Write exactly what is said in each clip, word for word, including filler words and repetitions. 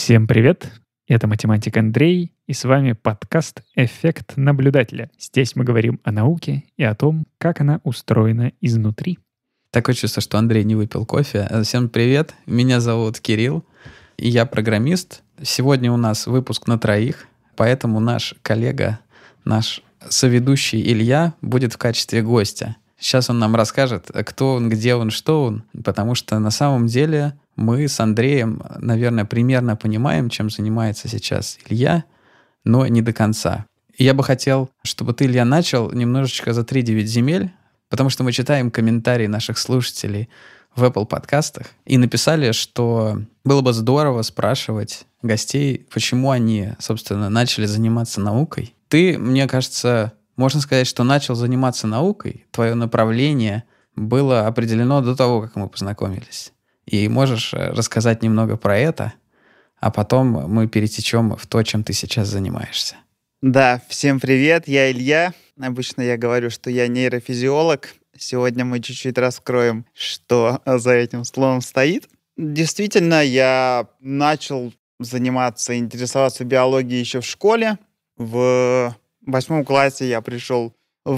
Всем привет! Это математик Андрей, и с вами подкаст «Эффект наблюдателя». Здесь мы говорим о науке и о том, как она устроена изнутри. Такое чувство, что Андрей не выпил кофе. Всем привет, меня зовут Кирилл, и я программист. Сегодня у нас выпуск на троих, поэтому наш коллега, наш соведущий Илья будет в качестве гостя. Сейчас он нам расскажет, кто он, где он, что он, потому что на самом деле мы с Андреем, наверное, примерно понимаем, чем занимается сейчас Илья, но не до конца. И я бы хотел, чтобы ты, Илья, начал немножечко за три девять земель, потому что мы читаем комментарии наших слушателей в Apple подкастах и написали, что было бы здорово спрашивать гостей, почему они, собственно, начали заниматься наукой. Ты, мне кажется, можно сказать, что начал заниматься наукой, твое направление было определено до того, как мы познакомились. И можешь рассказать немного про это, а потом мы перетечем в то, чем ты сейчас занимаешься. Да, всем привет, я Илья. Обычно я говорю, что я нейрофизиолог. Сегодня мы чуть-чуть раскроем, что за этим словом стоит. Действительно, я начал заниматься, интересоваться биологией еще в школе. В восьмом классе я пришел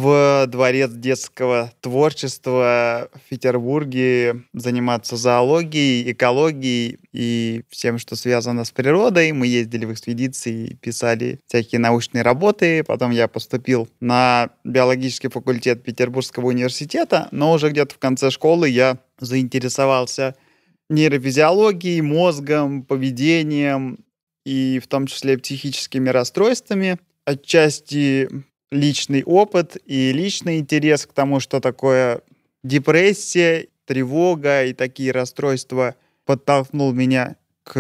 в дворец детского творчества в Петербурге заниматься зоологией, экологией и всем, что связано с природой. Мы ездили в экспедиции, писали всякие научные работы. Потом я поступил на биологический факультет Петербургского университета, но уже где-то в конце школы я заинтересовался нейрофизиологией, мозгом, поведением и в том числе психическими расстройствами. Отчасти личный опыт и личный интерес к тому, что такое депрессия, тревога и такие расстройства, подтолкнул меня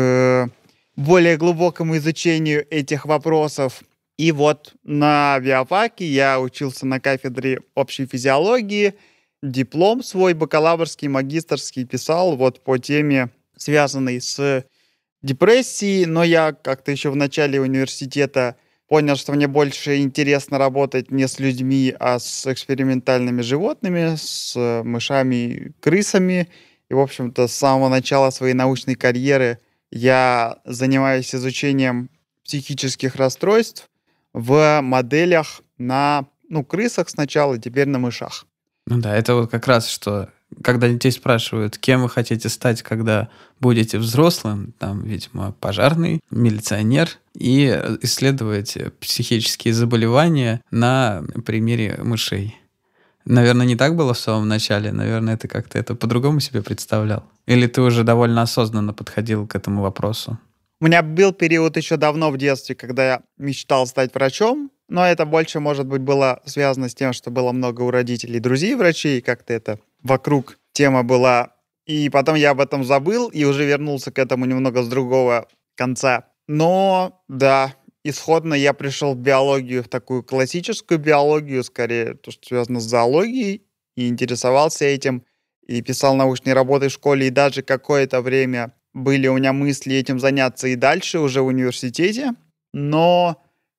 к более глубокому изучению этих вопросов. И вот на биофаке я учился на кафедре общей физиологии, диплом свой бакалаврский, магистерский писал вот по теме, связанной с депрессией, но я как-то еще в начале университета понял, что мне больше интересно работать не с людьми, а с экспериментальными животными, с мышами, крысами. И, в общем-то, с самого начала своей научной карьеры я занимаюсь изучением психических расстройств в моделях на ну, крысах сначала, теперь на мышах. Ну да, это вот как раз что... Когда детей спрашивают, кем вы хотите стать, когда будете взрослым, там, видимо, пожарный, милиционер, и исследовать психические заболевания на примере мышей. Наверное, не так было в самом начале? Наверное, ты как-то это по-другому себе представлял? Или ты уже довольно осознанно подходил к этому вопросу? У меня был период еще давно в детстве, когда я мечтал стать врачом, но это больше, может быть, было связано с тем, что было много у родителей друзей врачей, и как-то это вокруг тема была. И потом я об этом забыл и уже вернулся к этому немного с другого конца. Но, да, исходно я пришел в биологию, в такую классическую биологию, скорее, то, что связано с зоологией, и интересовался этим, и писал научные работы в школе, и даже какое-то время были у меня мысли этим заняться и дальше, уже в университете. Но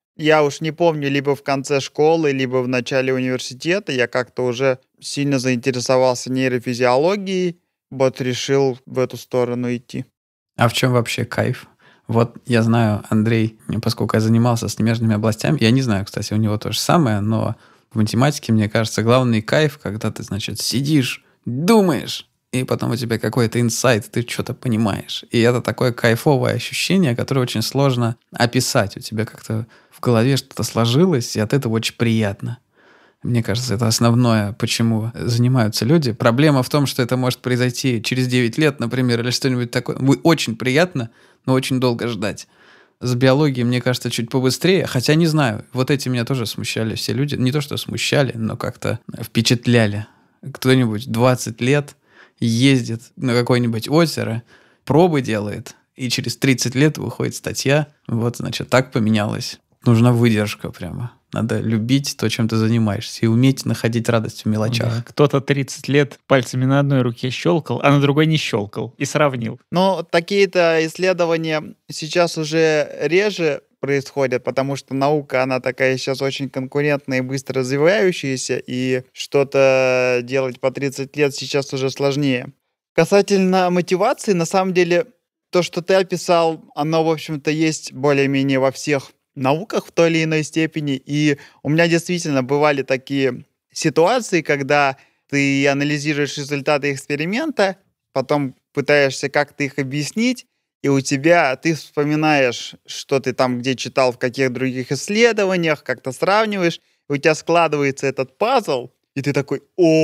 я уж не помню, либо в конце школы, либо в начале университета я как-то уже сильно заинтересовался нейрофизиологией, вот решил в эту сторону идти. А в чем вообще кайф? Вот я знаю, Андрей, поскольку я занимался смежными областями, я не знаю, кстати, у него то же самое, но в математике, мне кажется, главный кайф, когда ты, значит, сидишь, думаешь, и потом у тебя какой-то инсайт, ты что-то понимаешь. И это такое кайфовое ощущение, которое очень сложно описать. У тебя как-то в голове что-то сложилось, и от этого очень приятно. Мне кажется, это основное, почему занимаются люди. Проблема в том, что это может произойти через девять лет, например, или что-нибудь такое. Очень приятно, но очень долго ждать. С биологией, мне кажется, чуть побыстрее, хотя не знаю. Вот эти меня тоже смущали все люди. Не то, что смущали, но как-то впечатляли. Кто-нибудь двадцать лет ездит на какое-нибудь озеро, пробы делает, и через тридцать лет выходит статья. Вот, значит, так поменялось. Нужна выдержка прямо. Надо любить то, чем ты занимаешься, и уметь находить радость в мелочах. Да. Кто-то тридцать лет пальцами на одной руке щелкал, а на другой не щелкал, и сравнил. Но такие-то исследования сейчас уже реже происходят, потому что наука, она такая сейчас очень конкурентная и быстро развивающаяся, и что-то делать по тридцать лет сейчас уже сложнее. Касательно мотивации, на самом деле, то, что ты описал, оно, в общем-то, есть более-менее во всех науках в той или иной степени. И у меня действительно бывали такие ситуации, когда ты анализируешь результаты эксперимента, потом пытаешься как-то их объяснить, и у тебя, ты вспоминаешь, что ты там где читал, в каких других исследованиях, как-то сравниваешь, и у тебя складывается этот пазл, и ты такой: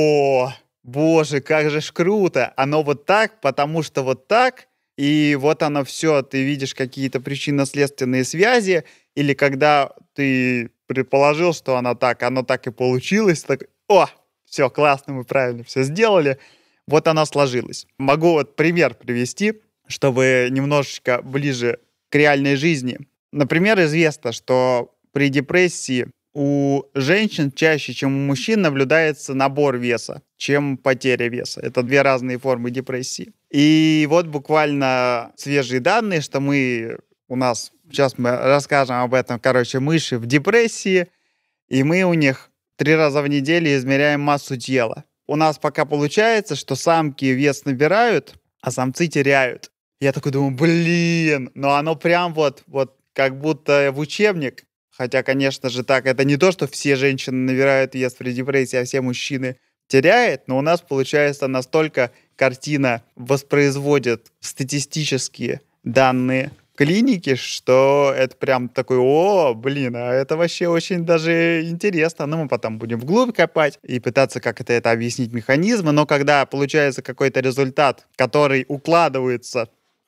о, боже, как же ж круто! Оно вот так, потому что вот так, и вот оно все, ты видишь какие-то причинно-следственные связи, или когда ты предположил, что оно так, оно так и получилось, так, о, все, классно, мы правильно все сделали, вот оно сложилось. Могу вот пример привести, чтобы немножечко ближе к реальной жизни. Например, известно, что при депрессии у женщин чаще, чем у мужчин, наблюдается набор веса, чем потеря веса. Это две разные формы депрессии. И вот буквально свежие данные, что мы, у нас, сейчас мы расскажем об этом, короче, мыши в депрессии, и мы у них три раза в неделю измеряем массу тела. У нас пока получается, что самки вес набирают, а самцы теряют. Я такой думаю, блин, но оно прям вот, вот как будто в учебник. Хотя, конечно же, так, это не то, что все женщины набирают вес при депрессии, а все мужчины теряют, но у нас, получается, настолько картина воспроизводит статистические данные клиники, что это прям такой, о, блин, а это вообще очень даже интересно. Но мы потом будем вглубь копать и пытаться как-то это объяснить механизмы, но когда получается какой-то результат, который укладывается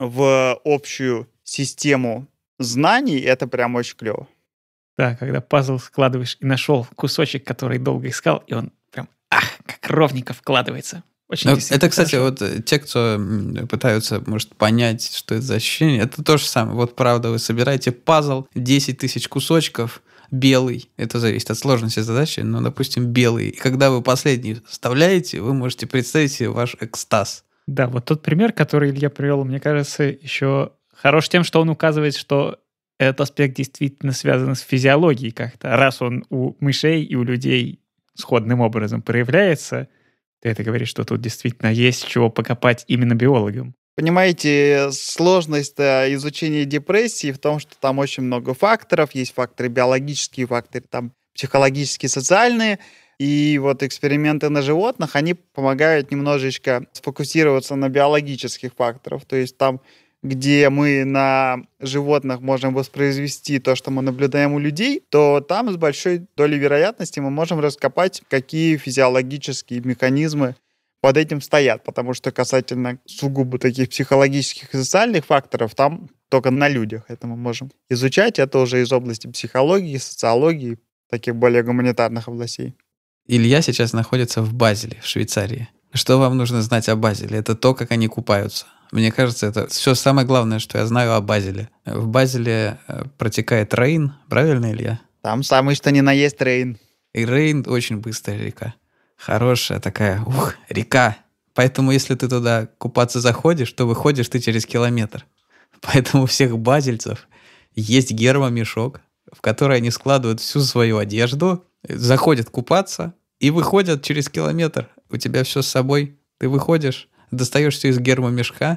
в общую систему знаний, это прям очень клево. Да, когда пазл складываешь и нашел кусочек, который долго искал, и он прям, ах, как ровненько вкладывается. Очень Ну, действительно это, кстати, хорошо. вот те, кто пытаются, может, понять, что это за ощущение, это то же самое. Вот правда, вы собираете пазл, десять тысяч кусочков, белый, это зависит от сложности задачи, но, допустим, белый. И когда вы последний вставляете, вы можете представить себе ваш экстаз. Да, вот тот пример, который Илья привел, мне кажется, еще хорош тем, что он указывает, что этот аспект действительно связан с физиологией как-то. Раз он у мышей и у людей сходным образом проявляется, ты это говоришь, что тут действительно есть чего покопать именно биологам. Понимаете, сложность изучения депрессии в том, что там очень много факторов. Есть факторы биологические, факторы там психологические, социальные. И вот эксперименты на животных, они помогают немножечко сфокусироваться на биологических факторах. То есть там, где мы на животных можем воспроизвести то, что мы наблюдаем у людей, то там с большой долей вероятности мы можем раскопать, какие физиологические механизмы под этим стоят. Потому что касательно сугубо таких психологических и социальных факторов, там только на людях это мы можем изучать. Это уже из области психологии, социологии, таких более гуманитарных областей. Илья сейчас находится в Базеле, в Швейцарии. Что вам нужно знать о Базеле? Это то, как они купаются. Мне кажется, это все самое главное, что я знаю о Базеле. В Базеле протекает Рейн, правильно, Илья? Там самый что ни на есть Рейн. И Рейн очень быстрая река. Хорошая такая, ух, река. Поэтому, если ты туда купаться заходишь, то выходишь ты через километр. Поэтому у всех базельцев есть гермомешок, в который они складывают всю свою одежду, заходят купаться и выходят через километр. У тебя все с собой. Ты выходишь, достаешь все из гермомешка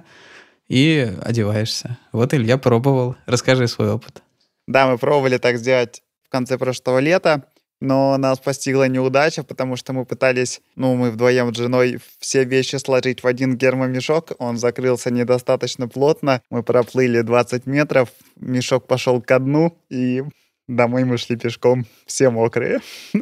и одеваешься. Вот Илья пробовал. Расскажи свой опыт. Да, мы пробовали так сделать в конце прошлого лета, но нас постигла неудача, потому что мы пытались, ну, мы вдвоем с женой все вещи сложить в один гермомешок. Он закрылся недостаточно плотно. Мы проплыли двадцать метров, мешок пошел ко дну, и домой мы шли пешком, все мокрые.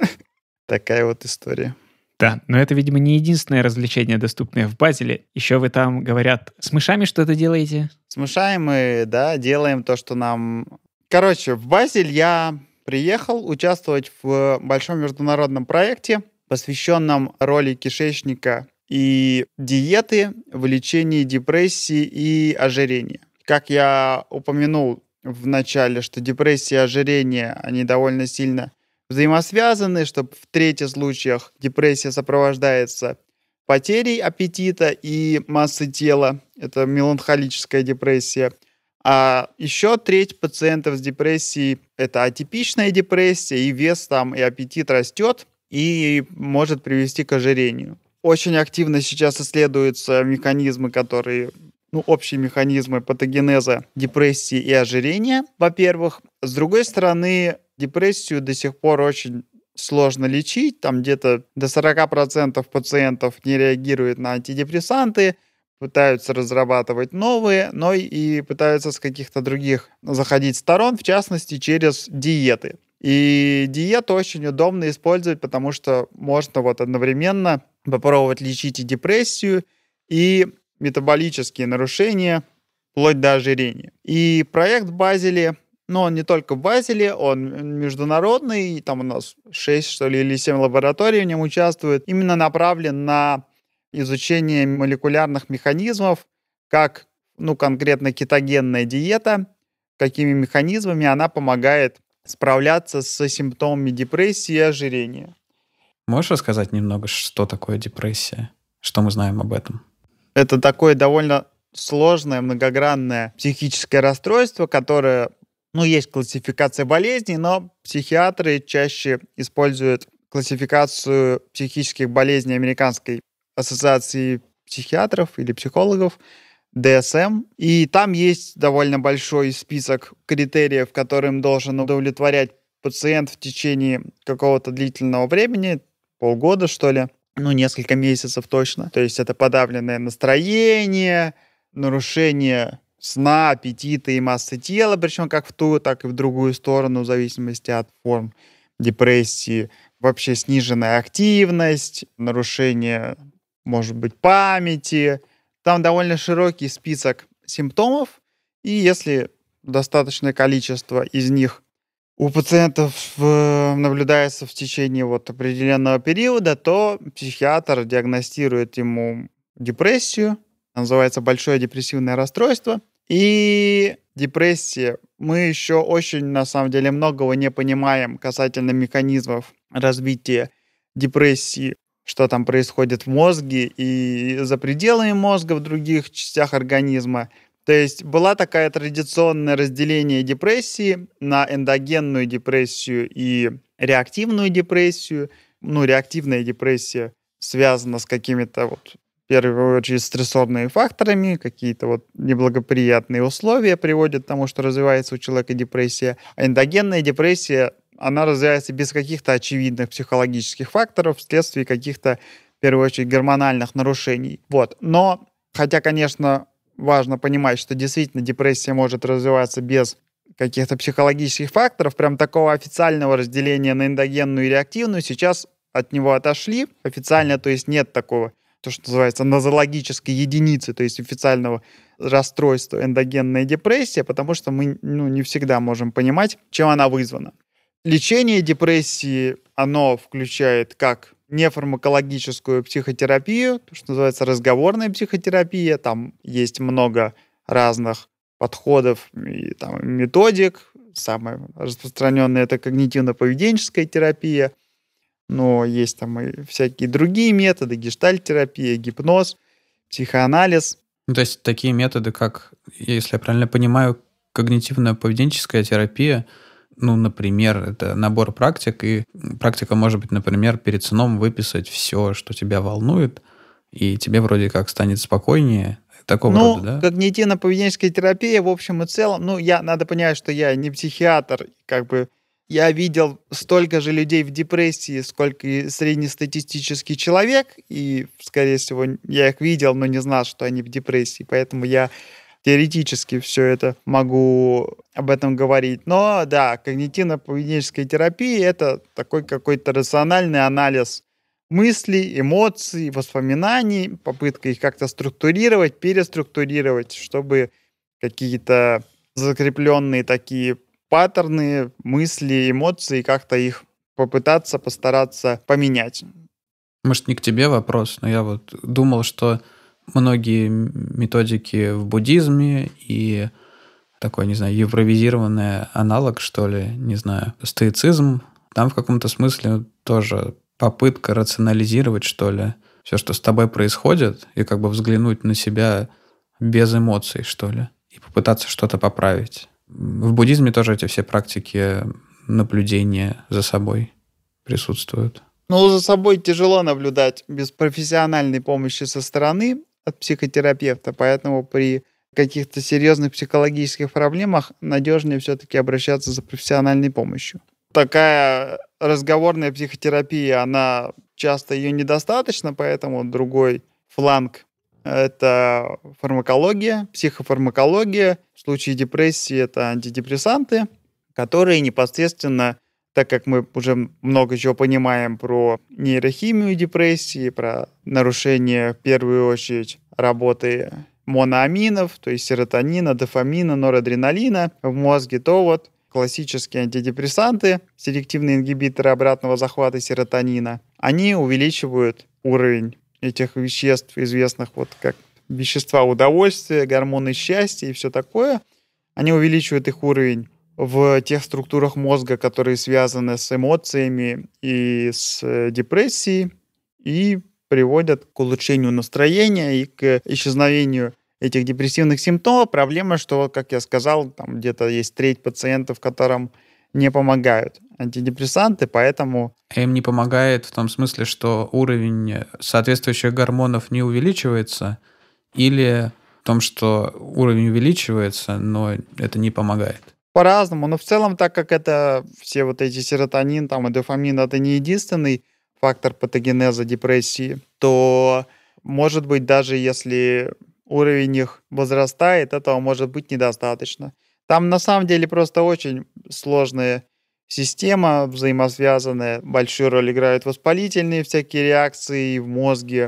Такая вот история. Да, но это, видимо, не единственное развлечение, доступное в Базеле. Еще вы там, говорят, с мышами что-то делаете? С мышами мы, да, делаем то, что нам... Короче, в Базель я приехал участвовать в большом международном проекте, посвященном роли кишечника и диеты в лечении депрессии и ожирения. Как я упомянул в начале, что депрессия и ожирение, они довольно сильно взаимосвязаны, что в трети случаях депрессия сопровождается потерей аппетита и массы тела. Это меланхолическая депрессия. А еще треть пациентов с депрессией – это атипичная депрессия, и вес там, и аппетит растет, и может привести к ожирению. Очень активно сейчас исследуются механизмы, которые ну, общие механизмы патогенеза депрессии и ожирения, во-первых. С другой стороны, депрессию до сих пор очень сложно лечить. Там где-то до сорок процентов пациентов не реагируют на антидепрессанты, пытаются разрабатывать новые, но и пытаются с каких-то других заходить сторон, в частности, через диеты. И диету очень удобно использовать, потому что можно вот одновременно попробовать лечить и депрессию, и метаболические нарушения, вплоть до ожирения. И проект в Базеле, ну, он не только в Базеле, он международный, там у нас шесть, что ли, или семь лабораторий в нем участвуют, именно направлен на изучение молекулярных механизмов, как, ну, конкретно кетогенная диета, какими механизмами она помогает справляться с симптомами депрессии и ожирения. Можешь рассказать немного, что такое депрессия? Что мы знаем об этом? Это такое довольно сложное, многогранное психическое расстройство, которое, ну, есть классификация болезней, но психиатры чаще используют классификацию психических болезней Американской ассоциации психиатров или психологов, ди эс эм, и там есть довольно большой список критериев, которым должен удовлетворять пациент в течение какого-то длительного времени, полгода, что ли, ну, несколько месяцев точно. То есть это подавленное настроение, нарушение сна, аппетита и массы тела, причем как в ту, так и в другую сторону, в зависимости от форм депрессии. Вообще сниженная активность, нарушение, может быть, памяти. Там довольно широкий список симптомов, и если достаточное количество из них у пациентов э, наблюдается в течение вот определенного периода, то психиатр диагностирует ему депрессию, называется большое депрессивное расстройство. И депрессия, мы еще очень, на самом деле, многого не понимаем касательно механизмов развития депрессии, что там происходит в мозге и за пределами мозга в других частях организма. То есть была такая традиционное разделение депрессии на эндогенную депрессию и реактивную депрессию. Ну, реактивная депрессия связана с какими-то, вот, в первую очередь, стрессорными факторами, какие-то вот неблагоприятные условия приводят к тому, что развивается у человека депрессия. А эндогенная депрессия, она развивается без каких-то очевидных психологических факторов вследствие каких-то, в первую очередь, гормональных нарушений. Вот. Но, хотя, конечно, важно понимать, что действительно депрессия может развиваться без каких-то психологических факторов. Прям такого официального разделения на эндогенную и реактивную сейчас от него отошли. Официально, то есть нет такого, то, что называется, нозологической единицы, то есть официального расстройства эндогенная депрессия, потому что мы, ну, не всегда можем понимать, чем она вызвана. Лечение депрессии, оно включает как нефармакологическую психотерапию, то, что называется разговорная психотерапия. Там есть много разных подходов и там, методик. Самая распространенная — это когнитивно-поведенческая терапия. Но есть там и всякие другие методы: гештальт-терапия, гипноз, психоанализ. Ну, то есть такие методы, как, если я правильно понимаю, когнитивно-поведенческая терапия, ну, например, это набор практик, и практика может быть, например, перед сном выписать все, что тебя волнует, и тебе вроде как станет спокойнее. Такого ну, рода, да? Когнитивно-поведенческая терапия, в общем и целом, ну, я, надо понимать, что я не психиатр, как бы я видел столько же людей в депрессии, сколько и среднестатистический человек, и, скорее всего, я их видел, но не знал, что они в депрессии, поэтому я теоретически все это могу об этом говорить. Но да, когнитивно-поведенческая терапия — это такой какой-то рациональный анализ мыслей, эмоций, воспоминаний, попытка их как-то структурировать, переструктурировать, чтобы какие-то закрепленные такие паттерны, мысли, эмоции, как-то их попытаться, постараться поменять. Может, не к тебе вопрос, но я вот думал, что многие методики в буддизме и такой, не знаю, евровизированный аналог, что ли, не знаю, стоицизм, там в каком-то смысле тоже попытка рационализировать, что ли, все, что с тобой происходит, и как бы взглянуть на себя без эмоций, что ли, и попытаться что-то поправить. В буддизме тоже эти все практики наблюдения за собой присутствуют. Ну, за собой тяжело наблюдать без профессиональной помощи со стороны. от психотерапевта, поэтому при каких-то серьезных психологических проблемах надежнее все-таки обращаться за профессиональной помощью. Такая разговорная психотерапия, она часто ее недостаточно, поэтому другой фланг — это фармакология, психофармакология. В случае депрессии это антидепрессанты, которые непосредственно, так как мы уже много чего понимаем про нейрохимию депрессии, про нарушение, в первую очередь, работы моноаминов, то есть серотонина, дофамина, норадреналина в мозге, то вот классические антидепрессанты, селективные ингибиторы обратного захвата серотонина, они увеличивают уровень этих веществ, известных вот как вещества удовольствия, гормоны счастья и все такое. Они увеличивают их уровень в тех структурах мозга, которые связаны с эмоциями и с депрессией, и приводят к улучшению настроения и к исчезновению этих депрессивных симптомов. Проблема, что, как я сказал, там где-то есть треть пациентов, которым не помогают антидепрессанты, поэтому... Им не помогает в том смысле, что уровень соответствующих гормонов не увеличивается, или в том, что уровень увеличивается, но это не помогает? По-разному, но в целом, так как это все вот эти серотонин там, и дофамин, это не единственный фактор патогенеза депрессии, то, может быть, даже если уровень их возрастает, этого может быть недостаточно. Там на самом деле просто очень сложная система, взаимосвязанная. Большую роль играют воспалительные всякие реакции в мозге.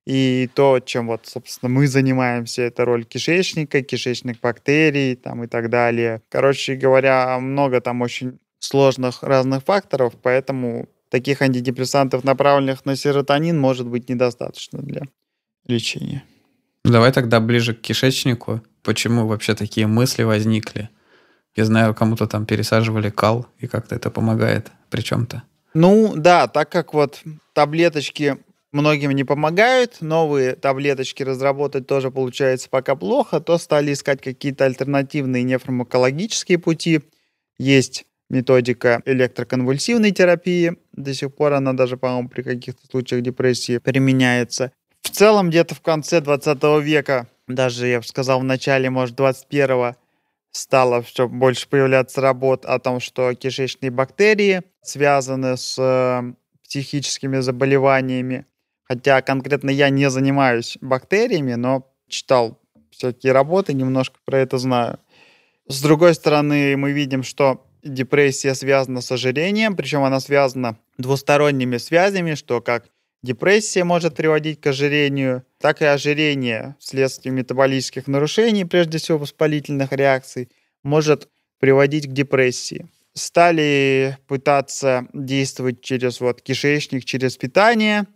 И то, чем вот, собственно, мы занимаемся, это роль кишечника, кишечных бактерий там, и так далее. Короче говоря, много там очень сложных разных факторов, поэтому таких антидепрессантов, направленных на серотонин, может быть недостаточно для лечения. Давай тогда ближе к кишечнику. Почему вообще такие мысли возникли? Я знаю, кому-то там пересаживали кал, и как-то это помогает при чем-то. Ну да, так как вот таблеточки многим не помогают, новые таблеточки разработать тоже получается пока плохо, то стали искать какие-то альтернативные нефармакологические пути. Есть методика электроконвульсивной терапии, до сих пор она даже, по-моему, при каких-то случаях депрессии применяется. В целом, где-то в конце двадцатого века, даже, я бы сказал, в начале, может, двадцать первого, стало все больше появляться работ о том, что кишечные бактерии связаны с э, психическими заболеваниями. Хотя конкретно я не занимаюсь бактериями, но читал всякие работы, немножко про это знаю. С другой стороны, мы видим, что депрессия связана с ожирением, причем она связана двусторонними связями, что как депрессия может приводить к ожирению, так и ожирение вследствие метаболических нарушений, прежде всего воспалительных реакций, может приводить к депрессии. Стали пытаться действовать через вот кишечник, через питание,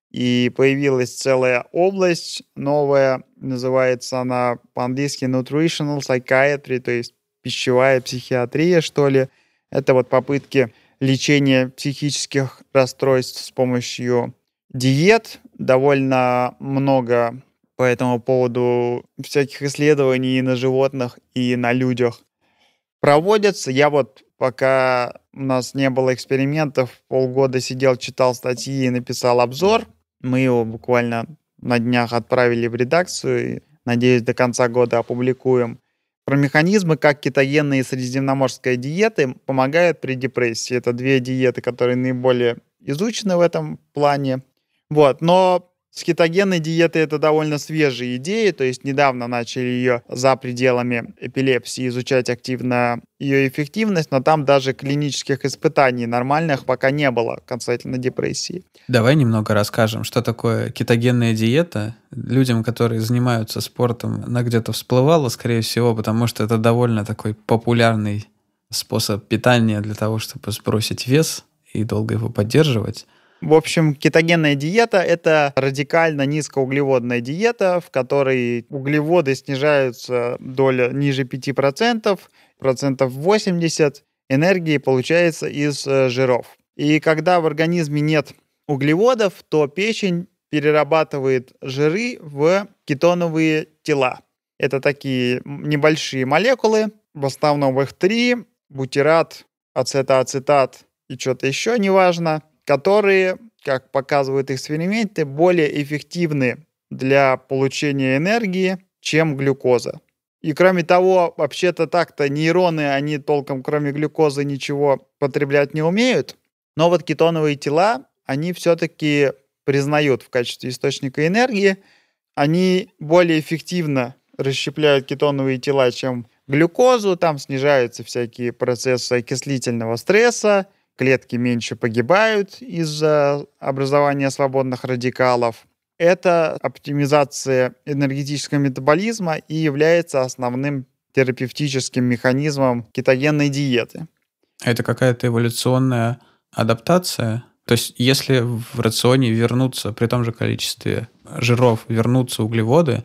и появилась целая область новая, называется она по-английски nutritional psychiatry, то есть пищевая психиатрия, что ли. Это вот попытки лечения психических расстройств с помощью диет. Довольно много по этому поводу всяких исследований и на животных, и на людях проводятся. Я вот, пока у нас не было экспериментов, полгода сидел, читал статьи и написал обзор. Мы его буквально на днях отправили в редакцию и, надеюсь, до конца года опубликуем. Про механизмы, как кетогенная и средиземноморская диеты помогают при депрессии. Это две диеты, которые наиболее изучены в этом плане. Вот. Но с кетогенной диетой это довольно свежие идеи, то есть недавно начали ее за пределами эпилепсии изучать активно ее эффективность, но там даже клинических испытаний нормальных пока не было касательно депрессии. Давай немного расскажем, что такое кетогенная диета. Людям, которые занимаются спортом, она где-то всплывала, скорее всего, потому что это довольно такой популярный способ питания для того, чтобы сбросить вес и долго его поддерживать. В общем, кетогенная диета — это радикально низкоуглеводная диета, в которой углеводы снижаются доля ниже пяти процентов, процентов восемьдесят энергии получается из э, жиров. И когда в организме нет углеводов, то печень перерабатывает жиры в кетоновые тела. Это такие небольшие молекулы, в основном их три: бутират, ацетоацетат и что-то еще, неважно, которые, как показывают эксперименты, более эффективны для получения энергии, чем глюкоза. И кроме того, вообще-то так-то нейроны, они толком кроме глюкозы ничего потреблять не умеют. Но вот кетоновые тела, они все-таки признают в качестве источника энергии. Они более эффективно расщепляют кетоновые тела, чем глюкозу. Там снижаются всякие процессы окислительного стресса, клетки меньше погибают из-за образования свободных радикалов. Это оптимизация энергетического метаболизма и является основным терапевтическим механизмом кетогенной диеты. Это какая-то эволюционная адаптация? То есть если в рационе вернутся при том же количестве жиров, вернутся углеводы,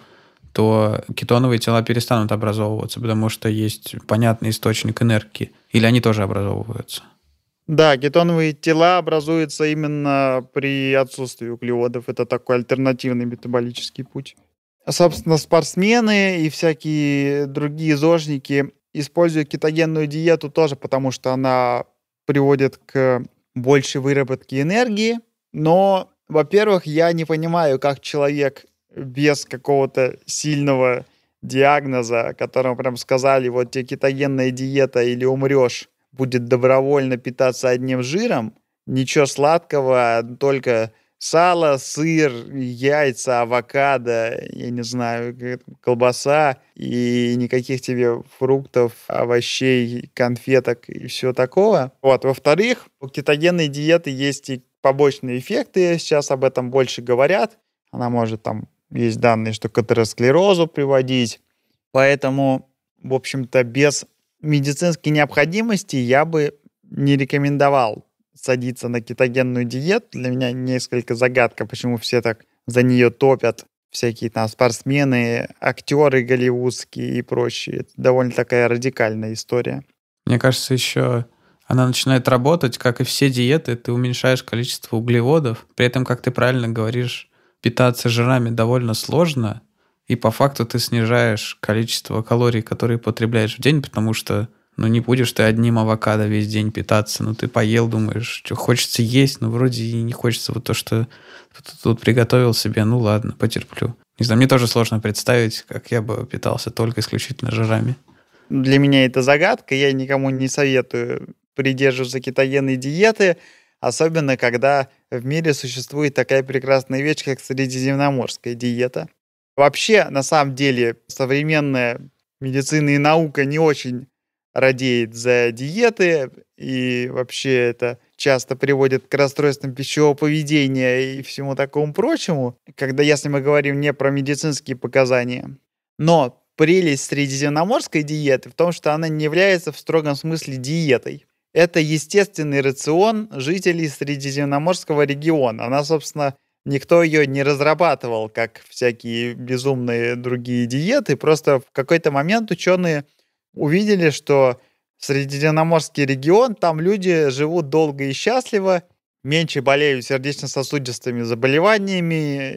то кетоновые тела перестанут образовываться, потому что есть понятный источник энергии. Или они тоже образовываются? Да, кетоновые тела образуются именно при отсутствии углеводов. Это такой альтернативный метаболический путь. Собственно, спортсмены и всякие другие зожники используют кетогенную диету тоже потому, что она приводит к большей выработке энергии. Но, во-первых, я не понимаю, как человек без какого-то сильного диагноза, которому прям сказали, вот тебе кетогенная диета или умрешь, будет добровольно питаться одним жиром, ничего сладкого, только сало, сыр, яйца, авокадо, я не знаю, колбаса и никаких тебе фруктов, овощей, конфеток и всего такого. Вот. Во-вторых, у кетогенной диеты есть и побочные эффекты, сейчас об этом больше говорят. Она может там, есть данные, что к атеросклерозу приводить. Поэтому, в общем-то, без медицинской необходимости я бы не рекомендовал садиться на кетогенную диету. Для меня несколько загадка, почему все так за нее топят. Всякие там спортсмены, актеры голливудские и прочие. Это довольно такая радикальная история. Мне кажется, еще она начинает работать, как и все диеты, ты уменьшаешь количество углеводов. При этом, как ты правильно говоришь, питаться жирами довольно сложно. И по факту ты снижаешь количество калорий, которые потребляешь в день, потому что ну, не будешь ты одним авокадо весь день питаться. Ну, ты поел, думаешь, что хочется есть, но вроде и не хочется вот то, что тут приготовил себе. Ну, ладно, потерплю. Не знаю, мне тоже сложно представить, как я бы питался только исключительно жирами. Для меня это загадка. Я никому не советую придерживаться кетогенной диеты, особенно когда в мире существует такая прекрасная вещь, как средиземноморская диета. Вообще, на самом деле, современная медицина и наука не очень радеет за диеты, и вообще это часто приводит к расстройствам пищевого поведения и всему такому прочему, когда если мы говорим не про медицинские показания. Но прелесть средиземноморской диеты в том, что она не является в строгом смысле диетой. Это естественный рацион жителей Средиземноморского региона. Она, собственно, никто ее не разрабатывал, как всякие безумные другие диеты. Просто в какой-то момент ученые увидели, что Средиземноморский регион, там люди живут долго и счастливо, меньше болеют сердечно-сосудистыми заболеваниями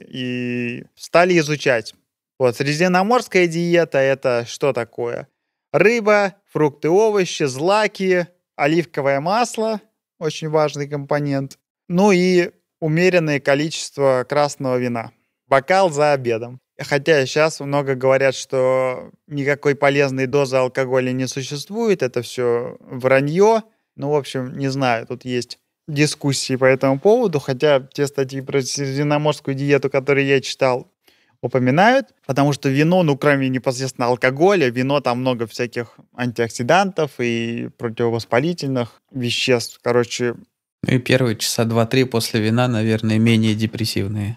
и стали изучать. Вот, средиземноморская диета – это что такое? Рыба, фрукты, овощи, злаки, оливковое масло – очень важный компонент. Ну и умеренное количество красного вина. Бокал за обедом. Хотя сейчас много говорят, что никакой полезной дозы алкоголя не существует, это все вранье. Ну, в общем, не знаю, тут есть дискуссии по этому поводу, хотя те статьи про средиземноморскую диету, которые я читал, упоминают, потому что вино, ну, кроме непосредственно алкоголя, вино там много всяких антиоксидантов и противовоспалительных веществ. Короче... И первые часа два-три после вина, наверное, менее депрессивные.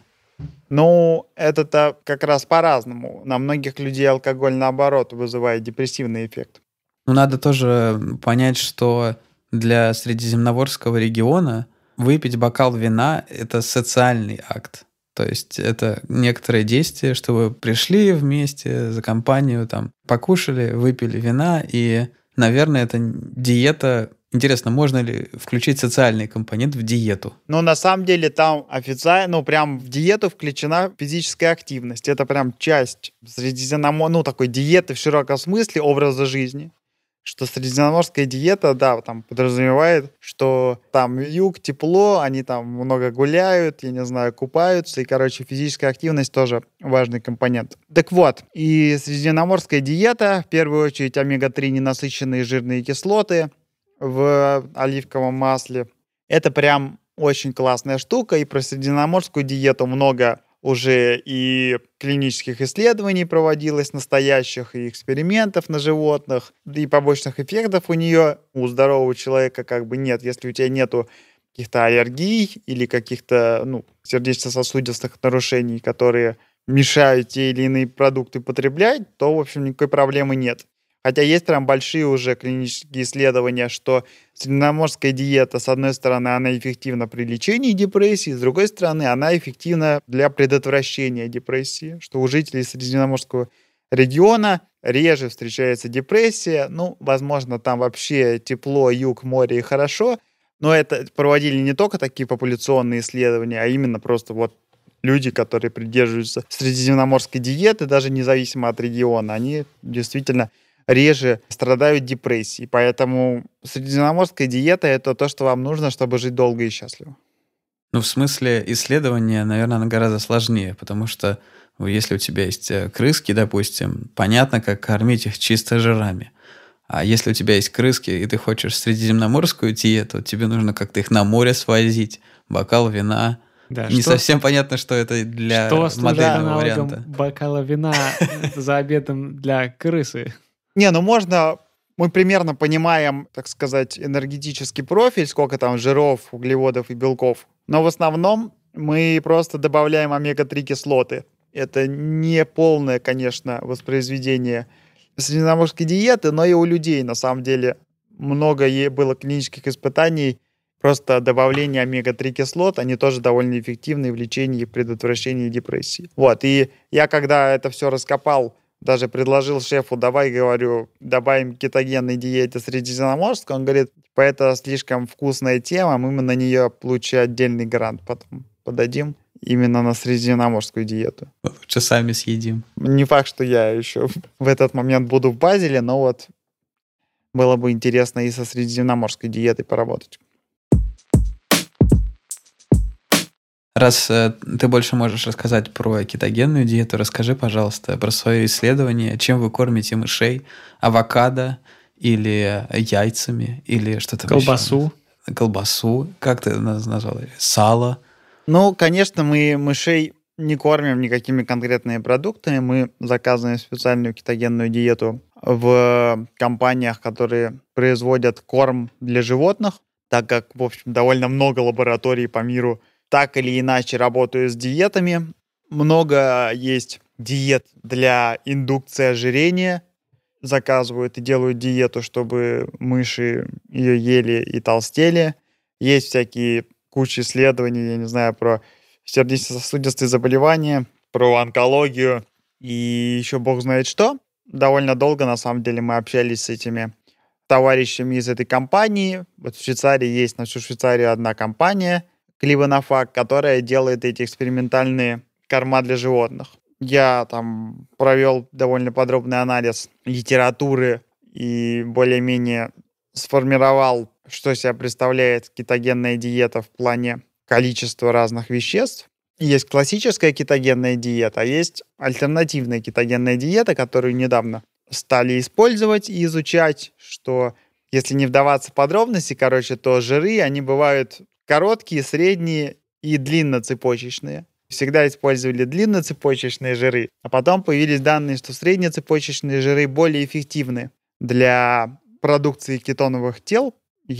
Ну, это-то как раз по-разному. На многих людей алкоголь, наоборот, вызывает депрессивный эффект. Ну, надо тоже понять, что для Средиземноморского региона выпить бокал вина – это социальный акт. То есть это некоторые действия, что вы пришли вместе за компанию, там, покушали, выпили вина, и, наверное, это диета. Интересно, можно ли включить социальный компонент в диету? Ну, на самом деле, там официально, ну, прям в диету включена физическая активность. Это прям часть средиземноморской, ну, такой диеты в широком смысле образа жизни. что средиземноморская диета, да, там подразумевает, что там юг, тепло, они там много гуляют, я не знаю, купаются, и, короче, физическая активность тоже важный компонент. Так вот, и средиземноморская диета, в первую очередь омега три ненасыщенные жирные кислоты в оливковом масле, это прям очень классная штука, и про средиземноморскую диету много уже и клинических исследований проводилось, настоящих, и экспериментов на животных, и побочных эффектов у нее у здорового человека как бы нет. Если у тебя нету каких-то аллергий или каких-то ну, сердечно-сосудистых нарушений, которые мешают те или иные продукты потреблять, то, в общем, никакой проблемы нет. Хотя есть прям большие уже клинические исследования, что средиземноморская диета, с одной стороны, она эффективна при лечении депрессии, с другой стороны, она эффективна для предотвращения депрессии, что у жителей Средиземноморского региона реже встречается депрессия. Ну, возможно, там вообще тепло, юг, море и хорошо, но это проводили не только такие популяционные исследования, а именно просто вот люди, которые придерживаются средиземноморской диеты, даже независимо от региона, они действительно реже страдают депрессией. Поэтому средиземноморская диета — это то, что вам нужно, чтобы жить долго и счастливо. Ну, в смысле исследования, наверное, оно гораздо сложнее, потому что если у тебя есть крыски, допустим, понятно, как кормить их чисто жирами. А если у тебя есть крыски, и ты хочешь средиземноморскую диету, тебе нужно как-то их на море свозить, бокал вина. Да, не что, совсем понятно, что это для что модельного варианта. Бокала вина за обедом для крысы. Не, ну можно, мы примерно понимаем, так сказать, энергетический профиль, сколько там жиров, углеводов и белков. Но в основном мы просто добавляем омега три кислоты. Это не полное, конечно, воспроизведение средиземноморской диеты, но и у людей, на самом деле, много было клинических испытаний. Просто добавление омега три кислот, они тоже довольно эффективны в лечении и предотвращении депрессии. Вот, и я когда это все раскопал, даже предложил шефу, давай, говорю, добавим к кетогенной диете средиземноморской. Он говорит, типа, это слишком вкусная тема, мы на нее лучше отдельный грант потом подадим именно на средиземноморскую диету. Лучше сами съедим. Не факт, что я еще в этот момент буду в Базеле, но вот было бы интересно и со средиземноморской диетой поработать. Раз э, ты больше можешь рассказать про кетогенную диету, расскажи, пожалуйста, про свое исследование, чем вы кормите мышей, авокадо или яйцами, или что-то Колбасу. Еще. Колбасу. Как ты назвал? Сало. Ну, конечно, мы мышей не кормим никакими конкретными продуктами. Мы заказываем специальную кетогенную диету в компаниях, которые производят корм для животных, так как, в общем, довольно много лабораторий по миру так или иначе работаю с диетами. Много есть диет для индукции ожирения. Заказывают и делают диету, чтобы мыши ее ели и толстели. Есть всякие куча исследований, я не знаю, про сердечно-сосудистые заболевания, про онкологию и еще бог знает что. Довольно долго, на самом деле, мы общались с этими товарищами из этой компании. Вот в Швейцарии есть на всю Швейцарию одна компания, Клибанофак, которая делает эти экспериментальные корма для животных. Я там провел довольно подробный анализ литературы и более-менее сформировал, что себя представляет кетогенная диета в плане количества разных веществ. Есть классическая кетогенная диета, а есть альтернативная кетогенная диета, которую недавно стали использовать и изучать, что, если не вдаваться в подробности, короче, то жиры, они бывают короткие, средние и длинноцепочечные. Всегда использовали длинноцепочечные жиры, а потом появились данные, что среднецепочечные жиры более эффективны для продукции кетоновых тел.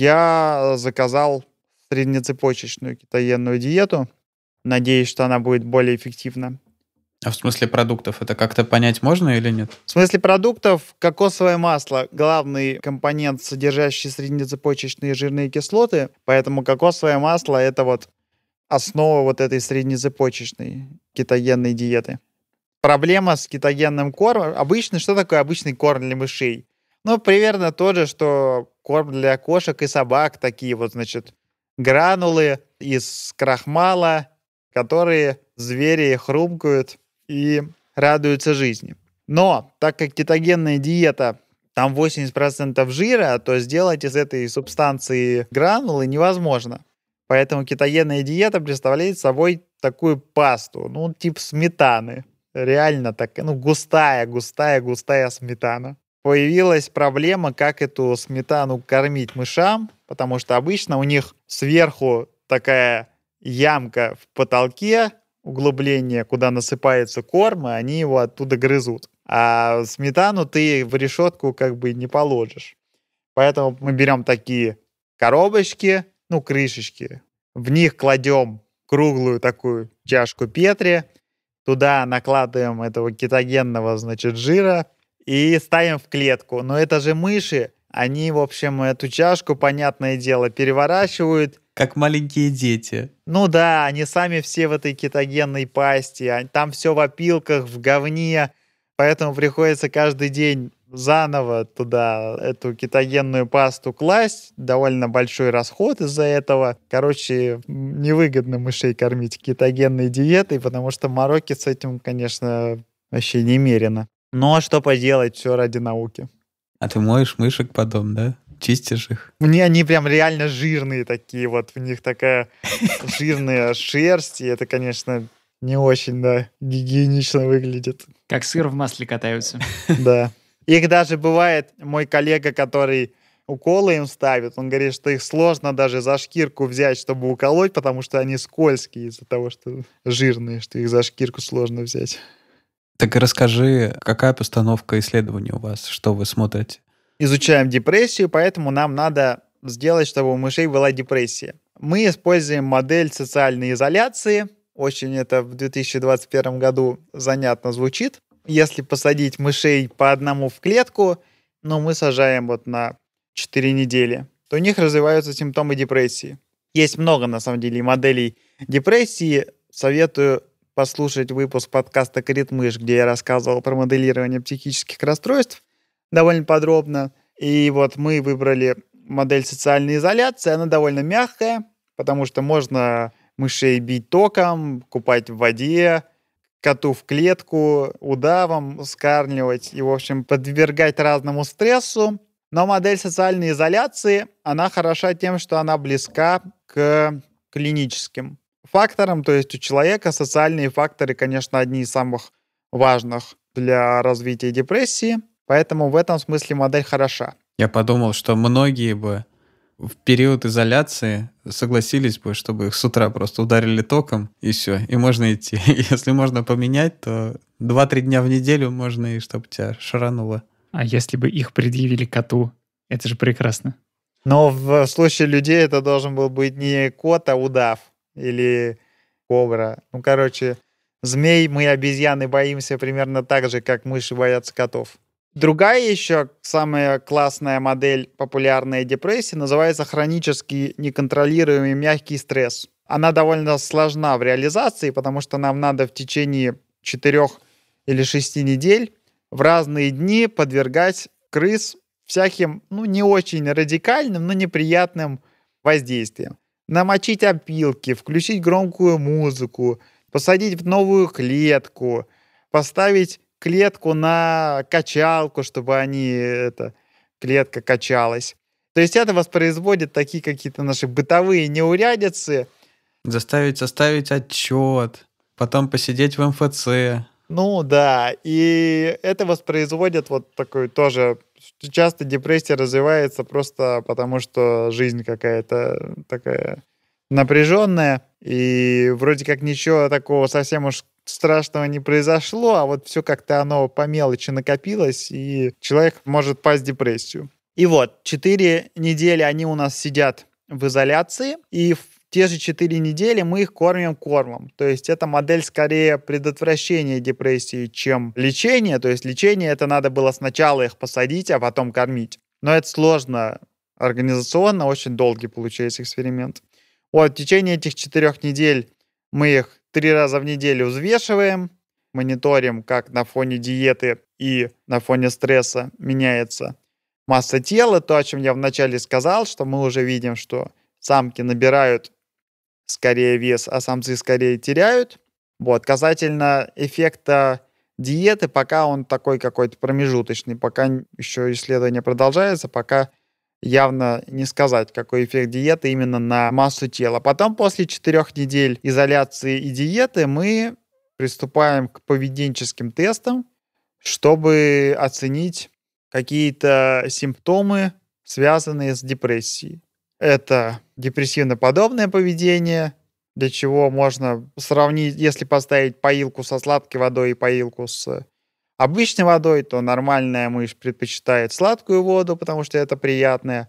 Я заказал среднецепочечную кетогенную диету. Надеюсь, что она будет более эффективна. А в смысле продуктов это как-то понять можно или нет? В смысле продуктов кокосовое масло — главный компонент, содержащий среднецепочечные жирные кислоты, поэтому кокосовое масло — это вот основа вот этой среднецепочечной кетогенной диеты. Проблема с кетогенным кормом. Обычно, что такое обычный корм для мышей? Ну, примерно то же, что корм для кошек и собак. Такие вот, значит, гранулы из крахмала, которые звери хрумкают и радуются жизни. Но так как кетогенная диета там восемьдесят процентов жира, то сделать из этой субстанции гранулы невозможно. Поэтому кетогенная диета представляет собой такую пасту, ну, типа сметаны. Реально такая, ну, густая, густая, густая сметана. Появилась проблема, как эту сметану кормить мышам, потому что обычно у них сверху такая ямка в потолке, углубление, куда насыпается корм, и они его оттуда грызут. А сметану ты в решетку как бы не положишь. Поэтому мы берем такие коробочки, ну, крышечки, в них кладем круглую такую чашку Петри, туда накладываем этого кетогенного, значит, жира и ставим в клетку. Но это же мыши, они, в общем, эту чашку, понятное дело, переворачивают. Как маленькие дети. Ну да, они сами все в этой кетогенной пасте, там все в опилках, в говне, поэтому приходится каждый день заново туда эту кетогенную пасту класть. Довольно большой расход из-за этого. Короче, невыгодно мышей кормить кетогенной диетой, потому что мороки с этим, конечно, вообще немерено. Но что поделать, все ради науки. А ты моешь мышек потом, да? Чистишь их? Мне они прям реально жирные такие, вот в них такая жирная шерсть, и это, конечно, не очень, да, гигиенично выглядит. Как сыр в масле катаются. Да. Их даже бывает, мой коллега, который уколы им ставит, он говорит, что их сложно даже за шкирку взять, чтобы уколоть, потому что они скользкие из-за того, что жирные, что их за шкирку сложно взять. Так расскажи, какая постановка исследований у вас? Что вы смотрите? Изучаем депрессию, поэтому нам надо сделать, чтобы у мышей была депрессия. Мы используем модель социальной изоляции. Очень это в две тысячи двадцать первом году занятно звучит. Если посадить мышей по одному в клетку, но мы сажаем вот на четыре недели, то у них развиваются симптомы депрессии. Есть много, на самом деле, моделей депрессии. Советую послушать выпуск подкаста «Крит-мышь», где я рассказывал про моделирование психических расстройств довольно подробно. И вот мы выбрали модель социальной изоляции. Она довольно мягкая, потому что можно мышей бить током, купать в воде, коту в клетку, удавом скармливать и, в общем, подвергать разному стрессу. Но модель социальной изоляции, она хороша тем, что она близка к клиническим факторам. То есть у человека социальные факторы, конечно, одни из самых важных для развития депрессии. Поэтому в этом смысле модель хороша. Я подумал, что многие бы в период изоляции согласились бы, чтобы их с утра просто ударили током, и все, и можно идти. Если можно поменять, то два-три дня в неделю можно, и чтобы тебя шарануло. А если бы их предъявили коту? Это же прекрасно. Но в случае людей это должен был быть не кот, а удав или кобра. Ну, короче, змей мы, обезьяны, боимся примерно так же, как мыши боятся котов. Другая еще самая классная модель популярной депрессии называется хронический неконтролируемый мягкий стресс. Она довольно сложна в реализации, потому что нам надо в течение четырех или шести недель в разные дни подвергать крыс всяким, ну, не очень радикальным, но неприятным воздействиям. Намочить опилки, включить громкую музыку, посадить в новую клетку, поставить клетку на качалку, чтобы они, эта клетка качалась. То есть это воспроизводит такие какие-то наши бытовые неурядицы. Заставить составить отчет, потом посидеть в эм эф цэ. Ну да, и это воспроизводит вот такой тоже... Часто депрессия развивается просто потому, что жизнь какая-то такая напряженная, и вроде как ничего такого совсем уж страшного не произошло, а вот все как-то оно по мелочи накопилось, и человек может пасть в депрессию. И вот, четыре недели они у нас сидят в изоляции, и в те же четыре недели мы их кормим кормом. То есть это модель скорее предотвращения депрессии, чем лечения. То есть лечение это надо было сначала их посадить, а потом кормить. Но это сложно организационно, очень долгий получается эксперимент. Вот, в течение этих четырех недель мы их три раза в неделю взвешиваем, мониторим, как на фоне диеты и на фоне стресса меняется масса тела. То, о чем я вначале сказал, что мы уже видим, что самки набирают скорее вес, а самцы скорее теряют. Вот. Касательно эффекта диеты, пока он такой какой-то промежуточный, пока еще исследование продолжается, пока явно не сказать, какой эффект диеты именно на массу тела. Потом, после четырех недель изоляции и диеты, мы приступаем к поведенческим тестам, чтобы оценить какие-то симптомы, связанные с депрессией. Это депрессивно-подобное поведение, для чего можно сравнить, если поставить поилку со сладкой водой и поилку с обычной водой, то нормальная мышь предпочитает сладкую воду, потому что это приятное,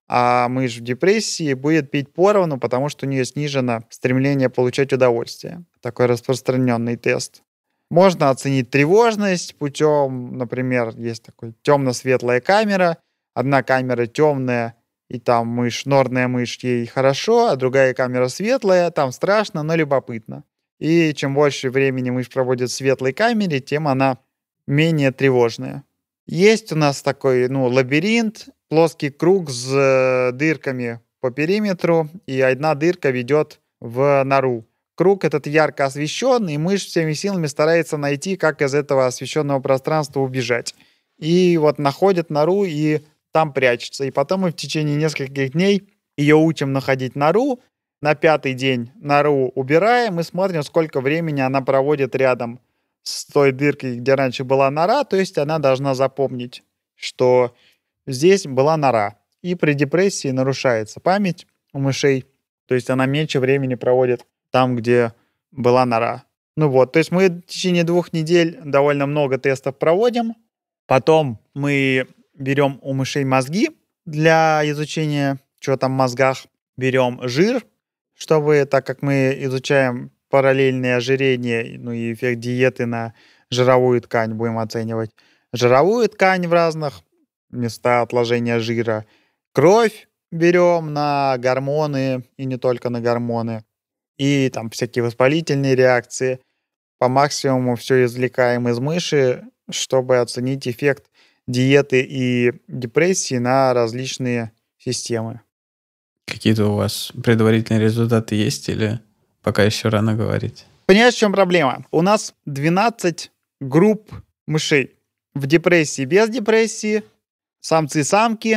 а мышь в депрессии будет пить поровну, потому что у нее снижено стремление получать удовольствие. Такой распространенный тест. Можно оценить тревожность путем, например, есть такой темно-светлая камера. Одна камера темная, и там мышь, норная мышь, ей хорошо, а другая камера светлая, там страшно, но любопытно. И чем больше времени мышь проводит в светлой камере, тем она менее тревожная. Есть у нас такой, ну, лабиринт, плоский круг с дырками по периметру, и одна дырка ведет в нору. Круг этот ярко освещен, и мышь всеми силами старается найти, как из этого освещенного пространства убежать. И вот находит нору и там прячется. И потом мы в течение нескольких дней ее учим находить нору. На пятый день нору убираем и смотрим, сколько времени она проводит рядом с той дыркой, где раньше была нора. То есть она должна запомнить, что здесь была нора. И при депрессии нарушается память у мышей. То есть она меньше времени проводит там, где была нора. Ну вот, то есть мы в течение двух недель довольно много тестов проводим. Потом мы берем у мышей мозги для изучения, что там в мозгах. Берем жир, чтобы, так как мы изучаем параллельное ожирение, ну и эффект диеты на жировую ткань будем оценивать. Жировую ткань в разных местах отложения жира. Кровь берем на гормоны и не только на гормоны. И там всякие воспалительные реакции. По максимуму все извлекаем из мыши, чтобы оценить эффект диеты и депрессии на различные системы. Какие-то у вас предварительные результаты есть или пока еще рано говорить? Понимаешь, в чем проблема? У нас двенадцать групп мышей. В депрессии, без депрессии, самцы-самки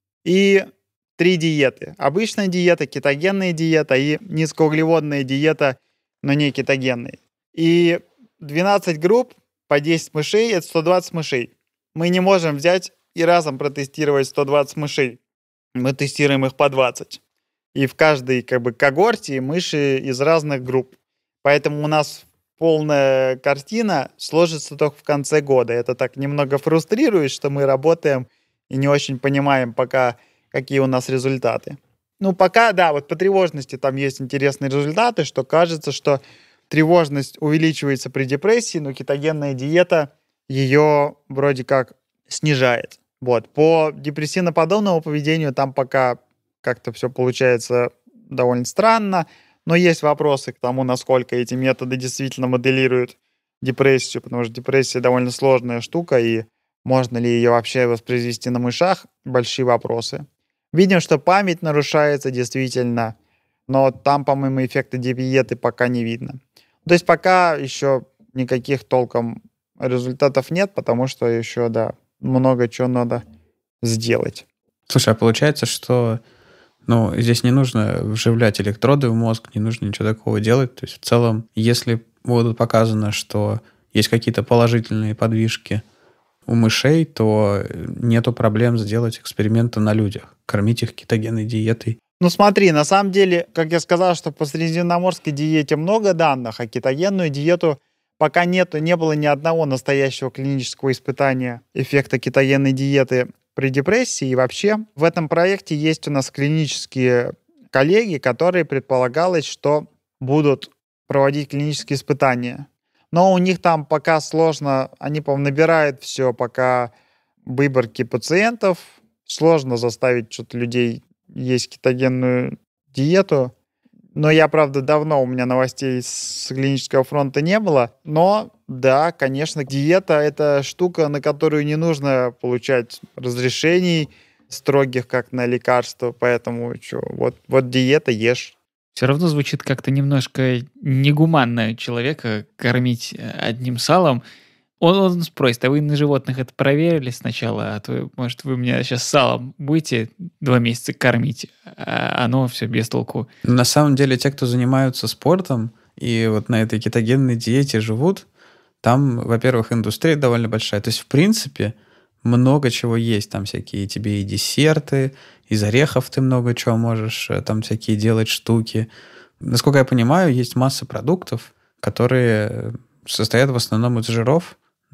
и три диеты. Обычная диета, кетогенная диета и низкоуглеводная диета, но не кетогенная. И двенадцать групп по десять мышей — это сто двадцать мышей. Мы не можем взять и разом протестировать сто двадцать мышей. Мы тестируем их по двадцать. И в каждой как бы когорте мыши из разных групп. Поэтому у нас полная картина сложится только в конце года. Это так немного фрустрирует, что мы работаем и не очень понимаем пока, какие у нас результаты. Ну, пока, да, вот по тревожности там есть интересные результаты, что кажется, что тревожность увеличивается при депрессии, но кетогенная диета ее вроде как снижает. Вот. По депрессивно-подобному поведению там пока как-то все получается довольно странно, но есть вопросы к тому, насколько эти методы действительно моделируют депрессию, потому что депрессия довольно сложная штука, и можно ли ее вообще воспроизвести на мышах, большие вопросы. Видим, что память нарушается действительно, но там, по-моему, эффекта диеты пока не видно. То есть пока еще никаких толком результатов нет, потому что еще, да, много чего надо сделать. Слушай, а получается, что ну, здесь не нужно вживлять электроды в мозг, не нужно ничего такого делать. То есть в целом, если будут показано, что есть какие-то положительные подвижки у мышей, то нету проблем сделать эксперименты на людях, кормить их кетогенной диетой. Ну смотри, на самом деле, как я сказал, что по средиземноморской диете много данных, а кетогенную диету пока нету, не было ни одного настоящего клинического испытания эффекта кетогенной диеты при депрессии. И вообще в этом проекте есть у нас клинические коллеги, которые предполагалось, что будут проводить клинические испытания. Но у них там пока сложно, они, по-моему, набирают все, пока выборки пациентов. Сложно заставить что-то людей есть кетогенную диету. Но я, правда, давно у меня новостей с клинического фронта не было. Но, да, конечно, диета — это штука, на которую не нужно получать разрешений строгих, как на лекарства. Поэтому что, вот, вот диета, ешь. Все равно звучит как-то немножко негуманно человека кормить одним салом. Он, он спросит, а вы на животных это проверили сначала? А то, может, вы меня сейчас салом будете два месяца кормить, а оно все без толку. На самом деле, те, кто занимаются спортом и вот на этой кетогенной диете живут, там, во-первых, индустрия довольно большая. То есть, в принципе, много чего есть. Там всякие тебе и десерты, из орехов ты много чего можешь, там всякие делать штуки. Насколько я понимаю, есть масса продуктов, которые состоят в основном из жиров,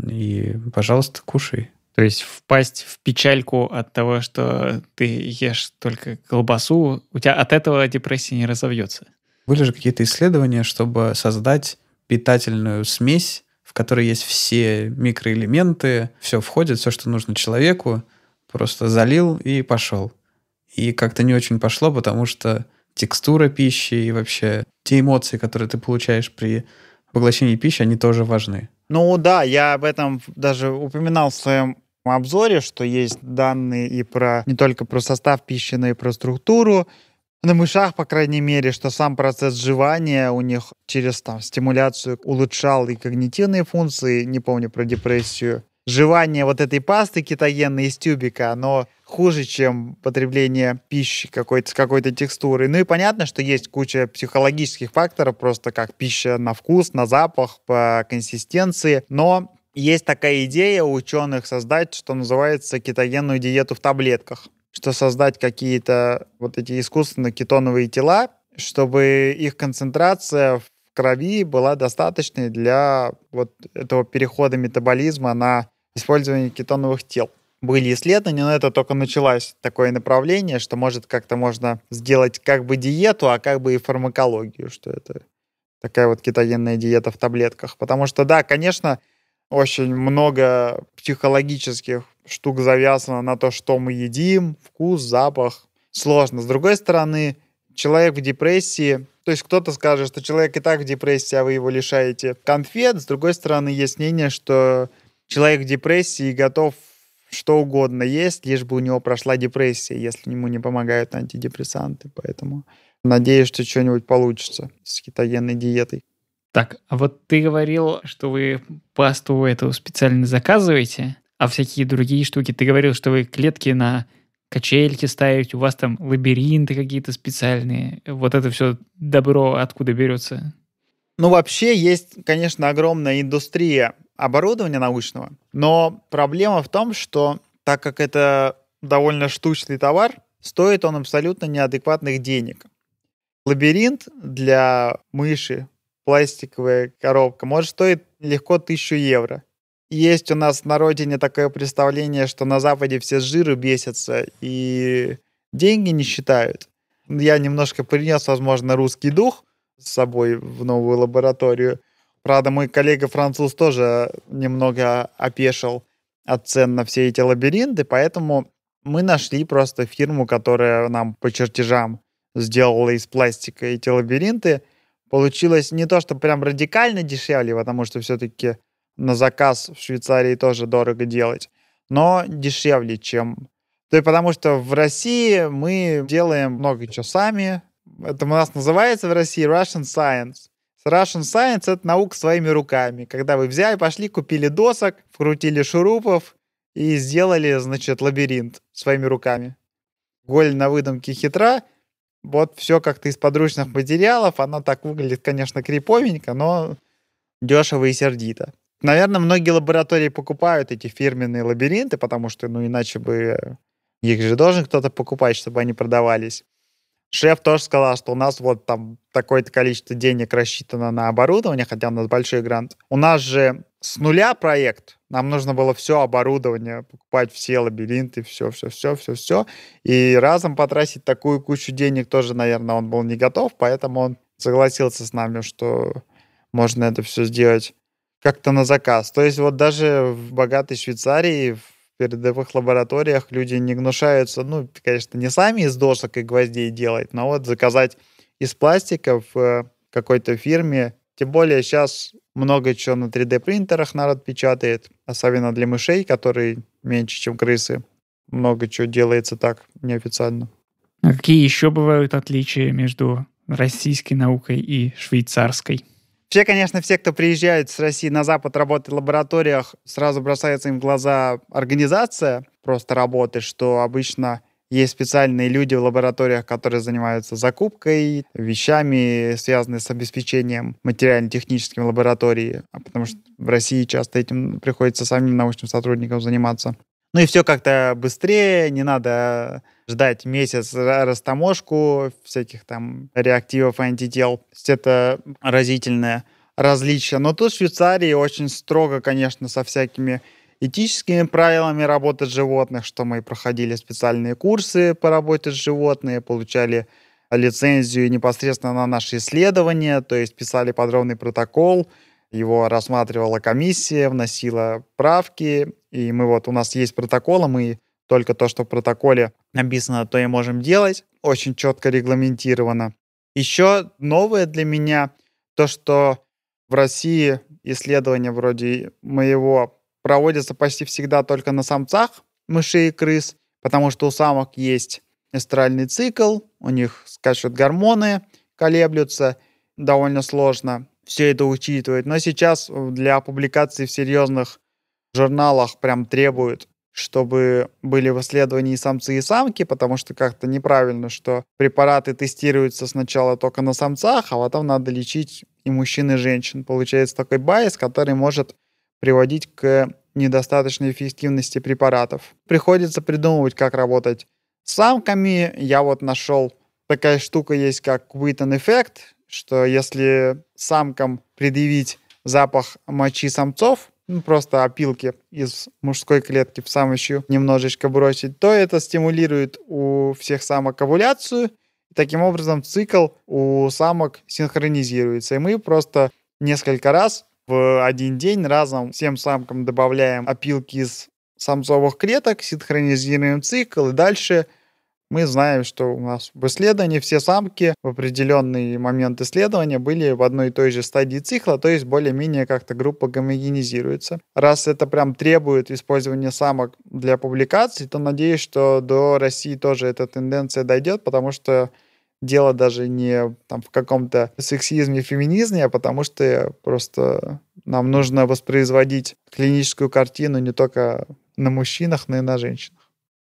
и, пожалуйста, кушай. То есть впасть в печальку от того, что ты ешь только колбасу, у тебя от этого депрессия не разовьется. Были же какие-то исследования, чтобы создать питательную смесь, в которой есть все микроэлементы, все входит, все, что нужно человеку, просто залил и пошел. И как-то не очень пошло, потому что текстура пищи и вообще те эмоции, которые ты получаешь при поглощении пищи, они тоже важны. Ну да, я об этом даже упоминал в своем обзоре, что есть данные и про не только про состав пищи, но и про структуру. На мышах, по крайней мере, что сам процесс жевания у них через там, стимуляцию улучшал и когнитивные функции, не помню про депрессию. Жевание вот этой пасты кетогенной из тюбика, оно хуже, чем потребление пищи какой-то, с какой-то текстурой. Ну и понятно, что есть куча психологических факторов, просто как пища на вкус, на запах, по консистенции. Но есть такая идея у ученых создать, что называется кетогенную диету в таблетках. Что создать какие-то вот эти искусственные кетоновые тела, чтобы их концентрация в крови была достаточной для вот этого перехода метаболизма на использование кетоновых тел. Были исследования, но это только началось такое направление, что может как-то можно сделать как бы диету, а как бы и фармакологию, что это такая вот кетогенная диета в таблетках. Потому что, да, конечно, очень много психологических штук завязано на то, что мы едим, вкус, запах. Сложно. С другой стороны, человек в депрессии, то есть кто-то скажет, что человек и так в депрессии, а вы его лишаете конфет. С другой стороны, есть мнение, что человек в депрессии готов что угодно есть, лишь бы у него прошла депрессия, если ему не помогают антидепрессанты. Поэтому надеюсь, что что-нибудь получится с кетогенной диетой. Так, а вот ты говорил, что вы пасту эту специально заказываете, а всякие другие штуки. Ты говорил, что вы клетки на качельки ставите, у вас там лабиринты какие-то специальные. Вот это все добро откуда берется? Ну, вообще есть, конечно, огромная индустрия оборудования научного, но проблема в том, что так как это довольно штучный товар, стоит он абсолютно неадекватных денег. Лабиринт для мыши, пластиковая коробка, может стоить легко тысячу евро. Есть у нас на родине такое представление, что на Западе все с жиру бесятся и деньги не считают. Я немножко принес, возможно, русский дух с собой в новую лабораторию. Правда, мой коллега-француз тоже немного опешил от цен на все эти лабиринты, поэтому мы нашли просто фирму, которая нам по чертежам сделала из пластика эти лабиринты. Получилось не то, что прям радикально дешевле, потому что все-таки на заказ в Швейцарии тоже дорого делать, но дешевле, чем... То есть потому что в России мы делаем много чего сами. Это у нас называется в России Russian Science. Russian Science — это наука своими руками. Когда вы взяли, пошли, купили досок, вкрутили шурупов и сделали, значит, лабиринт своими руками. Голь на выдумке хитра. Вот все как-то из подручных материалов. Оно так выглядит, конечно, криповенько, но дешево и сердито. Наверное, многие лаборатории покупают эти фирменные лабиринты, потому что, ну, иначе бы их же должен кто-то покупать, чтобы они продавались. Шеф тоже сказал, что у нас вот там такое-то количество денег рассчитано на оборудование, хотя у нас большой грант. У нас же с нуля проект. Нам нужно было все оборудование, покупать все лабиринты, все, все, все, все, все. И разом потратить такую кучу денег тоже, наверное, он был не готов, поэтому он согласился с нами, что можно это все сделать как-то на заказ. То есть вот даже в богатой Швейцарии, в передовых лабораториях люди не гнушаются, ну, конечно, не сами из досок и гвоздей делать, но вот заказать из пластика в какой-то фирме. Тем более сейчас много чего на три дэ принтерах народ печатает, особенно для мышей, которые меньше, чем крысы. Много чего делается так неофициально. А какие еще бывают отличия между российской наукой и швейцарской? Вообще, конечно, все, кто приезжает с России на Запад работать в лабораториях, сразу бросается им в глаза организация просто работы, что обычно есть специальные люди в лабораториях, которые занимаются закупкой, вещами, связанными с обеспечением материально-техническим лаборатории, а потому что в России часто этим приходится самим научным сотрудникам заниматься. Ну и все как-то быстрее, не надо ждать месяц растаможку всяких там реактивов и антител. То есть это разительное различие. Но тут в Швейцарии очень строго, конечно, со всякими этическими правилами работы с животных, что мы проходили специальные курсы по работе с животными, получали лицензию непосредственно на наши исследования, то есть писали подробный протокол, его рассматривала комиссия, вносила правки, и мы вот, у нас есть протокол, мы только то, что в протоколе написано, то и можем делать, очень четко регламентировано. Еще новое для меня то, что в России исследования вроде моего проводятся почти всегда только на самцах мышей и крыс, потому что у самок есть эстральный цикл, у них скачут гормоны, колеблются, довольно сложно все это учитывать. Но сейчас для публикации в серьезных журналах прям требуют, чтобы были в исследовании самцы и самки, потому что как-то неправильно, что препараты тестируются сначала только на самцах, а потом надо лечить и мужчин, и женщин. Получается такой байс, который может приводить к недостаточной эффективности препаратов. Приходится придумывать, как работать с самками. Я вот нашел, такая штука есть, как Witten эффект, что если самкам предъявить запах мочи самцов, ну, просто опилки из мужской клетки в самочью немножечко бросить, то это стимулирует у всех самок овуляцию. И таким образом цикл у самок синхронизируется. И мы просто несколько раз в один день разом всем самкам добавляем опилки из самцовых клеток, синхронизируем цикл, и дальше мы знаем, что у нас в исследовании все самки в определенный момент исследования были в одной и той же стадии цикла, то есть более-менее как-то группа гомогенизируется. Раз это прям требует использования самок для публикаций, то надеюсь, что до России тоже эта тенденция дойдет, потому что дело даже не там, в каком-то сексизме, феминизме, а потому что просто нам нужно воспроизводить клиническую картину не только на мужчинах, но и на женщинах.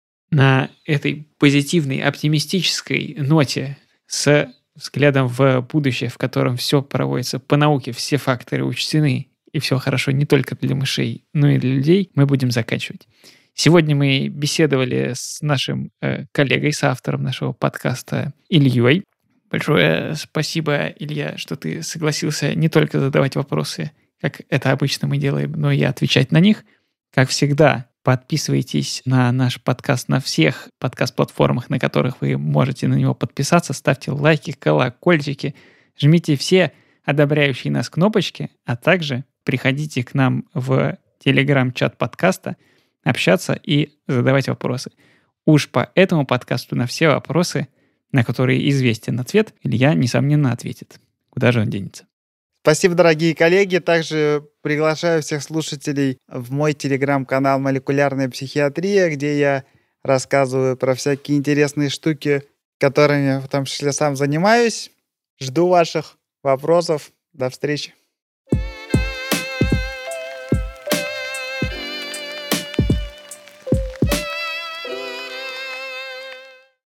На этой позитивной, оптимистической ноте с взглядом в будущее, в котором все проводится по науке, все факторы учтены, и все хорошо не только для мышей, но и для людей, мы будем заканчивать. Сегодня мы беседовали с нашим э, коллегой, соавтором нашего подкаста Ильей. Большое спасибо, Илья, что ты согласился не только задавать вопросы, как это обычно мы делаем, но и отвечать на них. Как всегда, подписывайтесь на наш подкаст на всех подкаст-платформах, на которых вы можете на него подписаться. Ставьте лайки, колокольчики, жмите все одобряющие нас кнопочки, а также приходите к нам в телеграм-чат подкаста, общаться и задавать вопросы. Уж по этому подкасту на все вопросы, на которые известен ответ, Илья, несомненно, ответит. Куда же он денется? Спасибо, дорогие коллеги. Также приглашаю всех слушателей в мой телеграм-канал «Молекулярная психиатрия», где я рассказываю про всякие интересные штуки, которыми в том числе сам занимаюсь. Жду ваших вопросов. До встречи.